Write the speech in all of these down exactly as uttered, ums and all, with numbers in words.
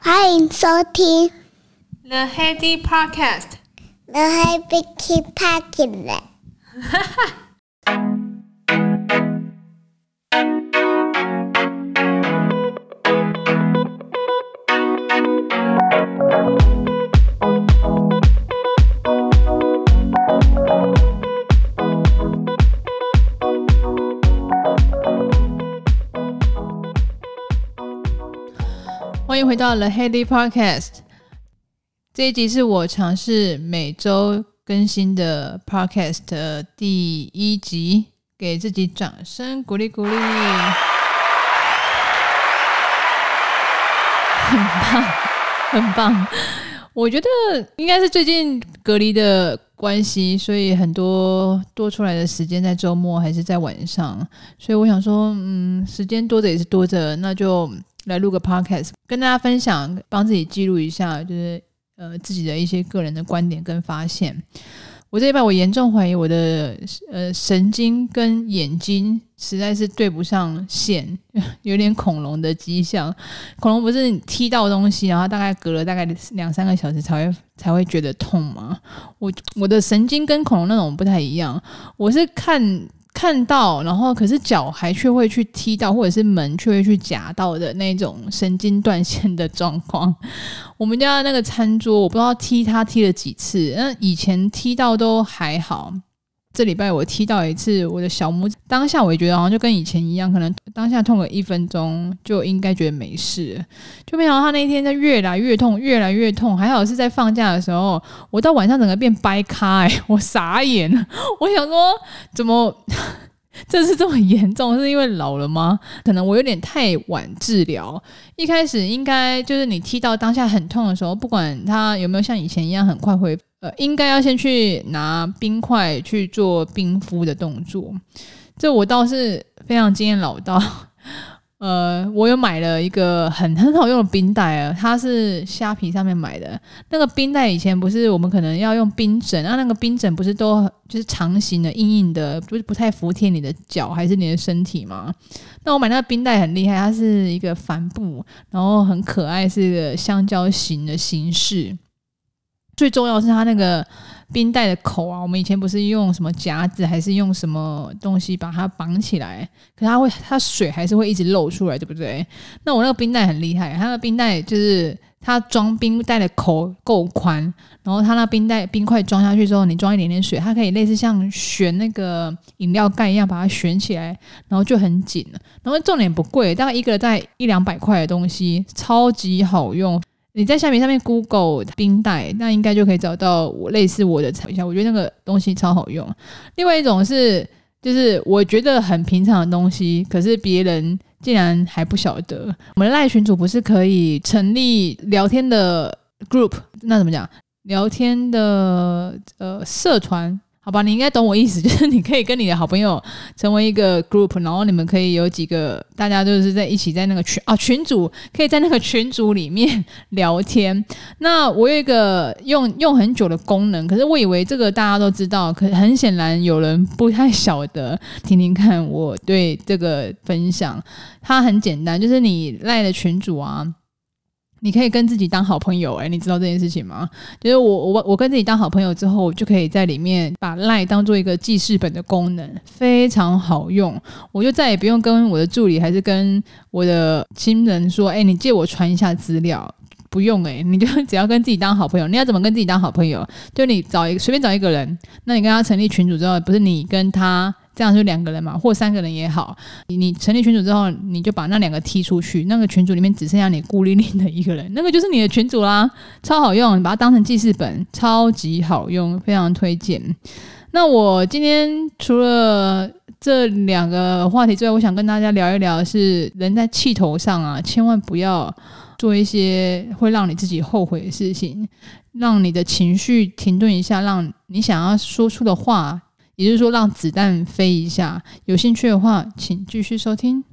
欢迎收听 The Heady Podcast The Happy Kid Podcast 欢迎回到 The Heady Podcast。 这一集是我尝试每周更新的 Podcast 的第一集，给自己掌声鼓励鼓励。很棒很棒，我觉得应该是最近隔离的关系，所以很多多出来的时间在周末还是在晚上，所以我想说嗯，时间多着也是多着，那就来录个 podcast 跟大家分享，帮自己记录一下就是呃自己的一些个人的观点跟发现。我这一拜我严重怀疑我的呃神经跟眼睛实在是对不上线，有点恐龙的迹象。恐龙不是你踢到东西然后大概隔了大概两三个小时才会才会觉得痛吗？我我的神经跟恐龙那种不太一样，我是看看到然后可是脚还却会去踢到，或者是门却会去夹到的那种神经断线的状况。我们家那个餐桌我不知道踢它踢了几次，那以前踢到都还好，这礼拜我踢到一次我的小拇指，当下我也觉得好像就跟以前一样，可能当下痛个一分钟就应该觉得没事了，就没想到他那一天在越来越痛越来越痛。还好是在放假的时候，我到晚上整个变掰咖、欸、我傻眼，我想说怎么这是这么严重，是因为老了吗？可能我有点太晚治疗，一开始应该就是你踢到当下很痛的时候，不管它有没有像以前一样很快恢复，呃，应该要先去拿冰块去做冰敷的动作。这我倒是非常经验老道。呃，我有买了一个很很好用的冰袋啊，它是虾皮上面买的。那个冰袋以前不是我们可能要用冰枕，那那个冰枕不是都就是长形的、硬硬的，不是不太服帖你的脚还是你的身体吗？那我买那个冰袋很厉害，它是一个帆布，然后很可爱，是一个香蕉形的形式。最重要的是它那个冰袋的口啊，我们以前不是用什么夹子还是用什么东西把它绑起来，可是它会它水还是会一直漏出来，对不对？那我那个冰袋很厉害，它的冰袋就是它装冰袋的口够宽，然后它那冰袋冰块装下去之后，你装一点点水，它可以类似像旋那个饮料盖一样把它旋起来，然后就很紧了。然后重点不贵，大概一个在一两百块的东西，超级好用。你在下面上面 Google 冰袋，那应该就可以找到我类似我的一下，我觉得那个东西超好用。另外一种是就是我觉得很平常的东西，可是别人竟然还不晓得。我们的LINE群组不是可以成立聊天的 group， 那怎么讲？聊天的呃社团。好吧，你应该懂我意思，就是你可以跟你的好朋友成为一个 group， 然后你们可以有几个大家就是在一起在那个群啊群组，可以在那个群组里面聊天。那我有一个用用很久的功能，可是我以为这个大家都知道，可是很显然有人不太晓得。听听看我对这个分享，它很简单，就是你LINE的群组啊，你可以跟自己当好朋友。欸，你知道这件事情吗？就是我我我跟自己当好朋友之后，我就可以在里面把 LINE 当做一个记事本的功能，非常好用。我就再也不用跟我的助理还是跟我的亲人说，哎、欸，你借我传一下资料。不用哎、欸，你就只要跟自己当好朋友。你要怎么跟自己当好朋友？就你找一个随便找一个人，那你跟他成立群组之后，不是你跟他这样就两个人嘛，或三个人也好，你你成立群组之后，你就把那两个踢出去，那个群组里面只剩下你孤零零的一个人，那个就是你的群组啦，超好用，你把它当成记事本，超级好用，非常推荐。那我今天除了这两个话题之外，我想跟大家聊一聊是人在气头上啊，千万不要做一些会让你自己后悔的事情，让你的情绪停顿一下，让你想要说出的话，也就是说让子弹飞一下。有兴趣的话请继续收听。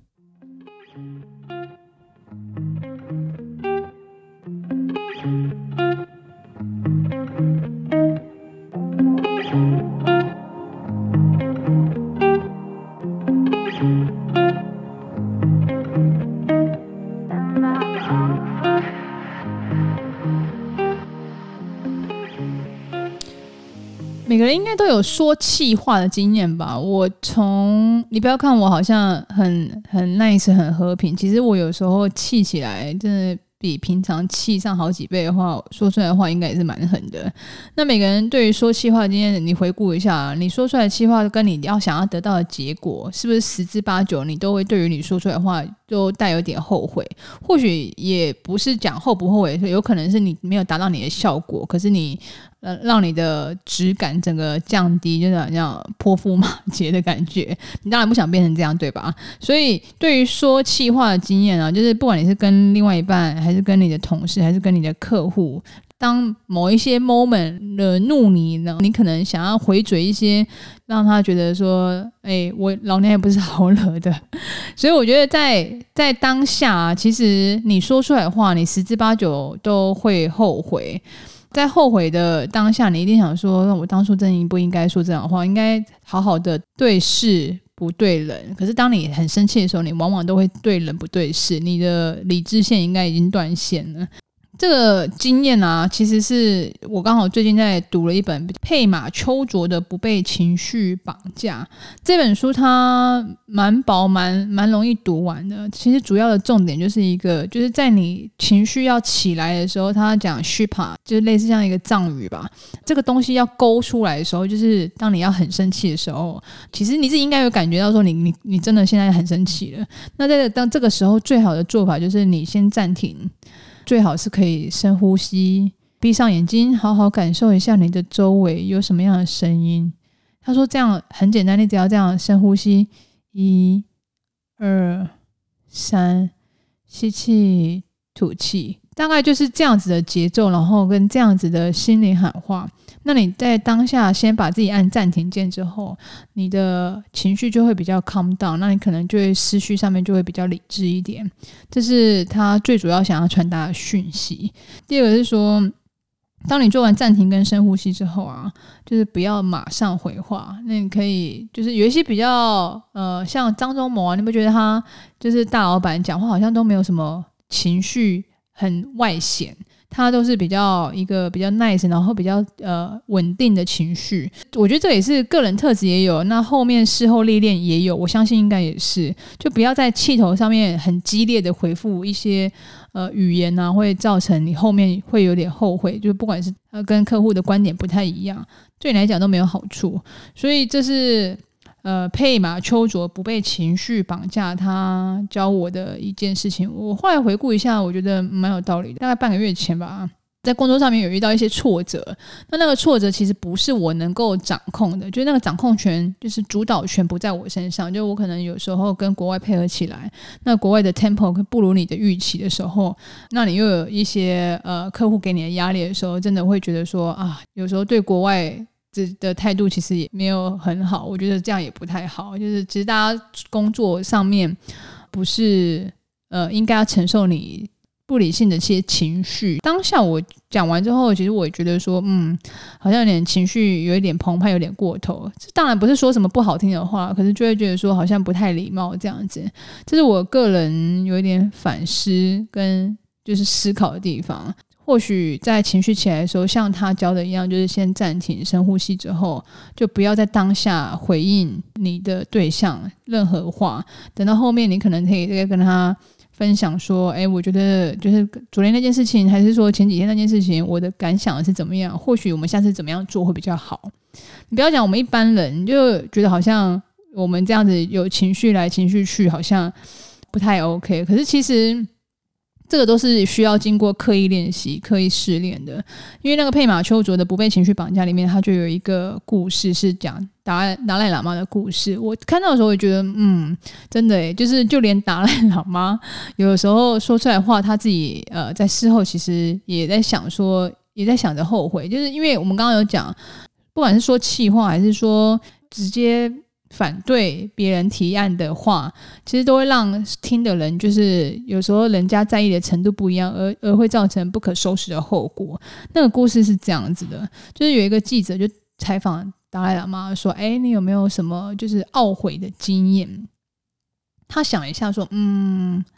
每个人应该都有说气话的经验吧。我从你不要看我好像很很 nice 很和平，其实我有时候气起来真的比平常气上好几倍的话，说出来的话应该也是蛮狠的。那每个人对于说气话的经验，你回顾一下，你说出来的气话跟你要想要得到的结果，是不是十之八九你都会对于你说出来的话都带有点后悔？或许也不是讲后不后悔，有可能是你没有达到你的效果，可是你呃，让你的质感整个降低，就是好像泼妇骂街的感觉。你当然不想变成这样，对吧？所以对于说气话的经验啊，就是不管你是跟另外一半，还是跟你的同事，还是跟你的客户，当某一些 moment 惹怒你呢，你可能想要回嘴一些，让他觉得说，哎、欸，我老娘也不是好惹的。所以我觉得在在当下啊，其实你说出来的话，你十之八九都会后悔。在后悔的当下，你一定想说，我当初真的不应该说这样的话，应该好好的对事不对人。可是当你很生气的时候，你往往都会对人不对事，你的理智线应该已经断线了。这个经验啊，其实是我刚好最近在读了一本佩马丘卓的《不被情绪绑架》这本书，它蛮薄蛮蛮容易读完的。其实主要的重点就是一个，就是在你情绪要起来的时候，他讲 shipa 就是类似像一个藏语吧，这个东西要勾出来的时候，就是当你要很生气的时候，其实你自己应该有感觉到说你你你真的现在很生气了。那在当这个时候，最好的做法就是你先暂停。最好是可以深呼吸，闭上眼睛，好好感受一下你的周围有什么样的声音。他说这样很简单，你只要这样深呼吸，一、二、三，吸气、吐气，大概就是这样子的节奏，然后跟这样子的心灵喊话。那你在当下先把自己按暂停键之后，你的情绪就会比较 calm down， 那你可能就会思绪上面就会比较理智一点，这是他最主要想要传达的讯息。第二个是说，当你做完暂停跟深呼吸之后啊，就是不要马上回话。那你可以就是有一些比较呃，像张忠谋啊，你不觉得他就是大老板讲话好像都没有什么情绪，很外显，他都是比较一个比较 nice， 然后比较呃稳定的情绪。我觉得这也是个人特质也有，那后面事后历练也有，我相信应该也是。就不要在气头上面很激烈的回复一些呃语言啊，会造成你后面会有点后悔。就不管是呃跟客户的观点不太一样，对你来讲都没有好处。所以这是。呃，佩马丘卓不被情绪绑架，他教我的一件事情。我后来回顾一下，我觉得蛮有道理的。大概半个月前吧，在工作上面有遇到一些挫折，那那个挫折其实不是我能够掌控的，就是那个掌控权，就是主导权不在我身上。就我可能有时候跟国外配合起来，那国外的 tempo 不如你的预期的时候，那你又有一些呃客户给你的压力的时候，真的会觉得说啊，有时候对国外的态度其实也没有很好，我觉得这样也不太好。就是其实大家工作上面不是呃应该要承受你不理性的一些情绪。当下我讲完之后，其实我也觉得说，嗯，好像有点情绪有一点澎湃，有点过头。这当然不是说什么不好听的话，可是就会觉得说好像不太礼貌这样子。这是我个人有一点反思跟就是思考的地方。或许在情绪起来的时候，像他教的一样，就是先暂停深呼吸之后，就不要在当下回应你的对象任何话，等到后面你可能可以再跟他分享说，哎，我觉得就是昨天那件事情，还是说前几天那件事情，我的感想是怎么样，或许我们下次怎么样做会比较好。你不要讲我们一般人就觉得好像我们这样子有情绪来情绪去好像不太 OK， 可是其实这个都是需要经过刻意练习刻意试炼的。因为那个佩马丘卓的不被情绪绑架里面，它就有一个故事是讲达赖达赖喇嘛的故事。我看到的时候我觉得嗯，真的耶，就是就连达赖喇嘛有的时候说出来的话，他自己呃在事后其实也在想说也在想着后悔。就是因为我们刚刚有讲，不管是说气话还是说直接反对别人提案的话，其实都会让听的人就是有时候人家在意的程度不一样，而而会造成不可收拾的后果。那个故事是这样子的，就是有一个记者就采访达赖喇嘛说，哎，你有没有什么就是懊悔的经验？他想一下说，嗯，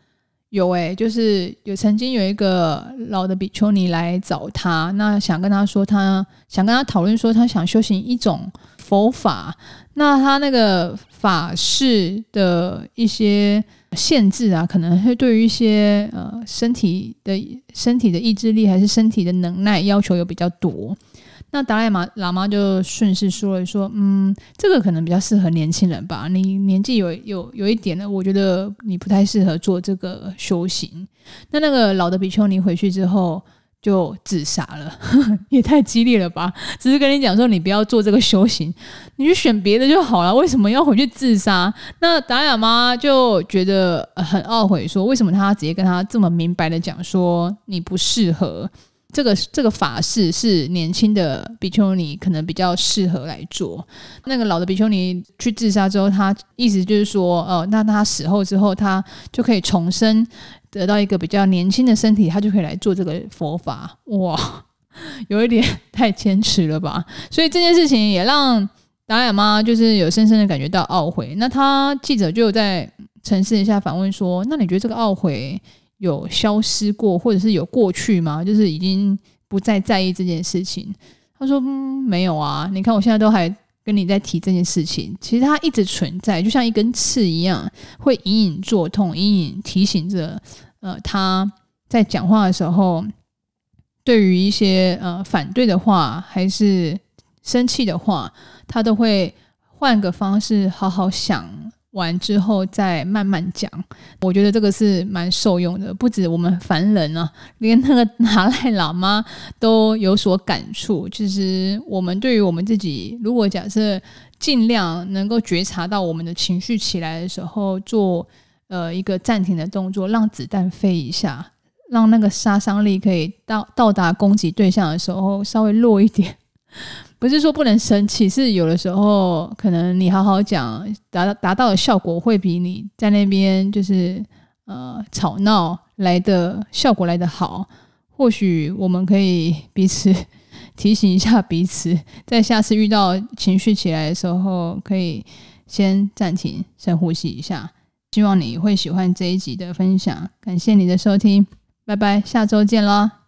有诶、欸，就是有曾经有一个老的比丘尼来找他，那想跟他说他想跟他讨论说他想修行一种佛法，那他那个法事的一些限制啊，可能会对于一些呃身体的身体的意志力还是身体的能耐要求有比较多。那达赖喇嘛就顺势说了说，嗯，这个可能比较适合年轻人吧，你年纪有有有一点了，我觉得你不太适合做这个修行。那那个老的比丘尼回去之后就自杀了也太激烈了吧，只是跟你讲说你不要做这个修行，你去选别的就好了，为什么要回去自杀？那达赖喇嘛就觉得很懊悔，说为什么他直接跟他这么明白的讲说你不适合这个这个法事，是年轻的比丘尼可能比较适合来做。那个老的比丘尼去自杀之后，他意思就是说，呃，那他死后之后，他就可以重生，得到一个比较年轻的身体，他就可以来做这个佛法。哇，有一点太坚持了吧？所以这件事情也让达赖喇嘛就是有深深的感觉到懊悔。那他记者就在沉思一下，反问说：“那你觉得这个懊悔有消失过，或者是有过去吗？就是已经不再在意这件事情？”他说、嗯、没有啊，你看我现在都还跟你在提这件事情，其实它一直存在，就像一根刺一样，会隐隐作痛，隐隐提醒着呃他在讲话的时候，对于一些呃反对的话还是生气的话，他都会换个方式好好想完之后再慢慢讲。我觉得这个是蛮受用的，不止我们凡人啊，连那个达赖喇嘛都有所感触。其实我们对于我们自己，如果假设尽量能够觉察到我们的情绪起来的时候，做呃一个暂停的动作，让子弹飞一下，让那个杀伤力可以到到达攻击对象的时候稍微弱一点。不是说不能生气，是有的时候可能你好好讲，达达到的效果会比你在那边就是呃吵闹来的效果来的好。或许我们可以彼此提醒一下彼此，在下次遇到情绪起来的时候，可以先暂停，深呼吸一下。希望你会喜欢这一集的分享，感谢你的收听，拜拜，下周见啦。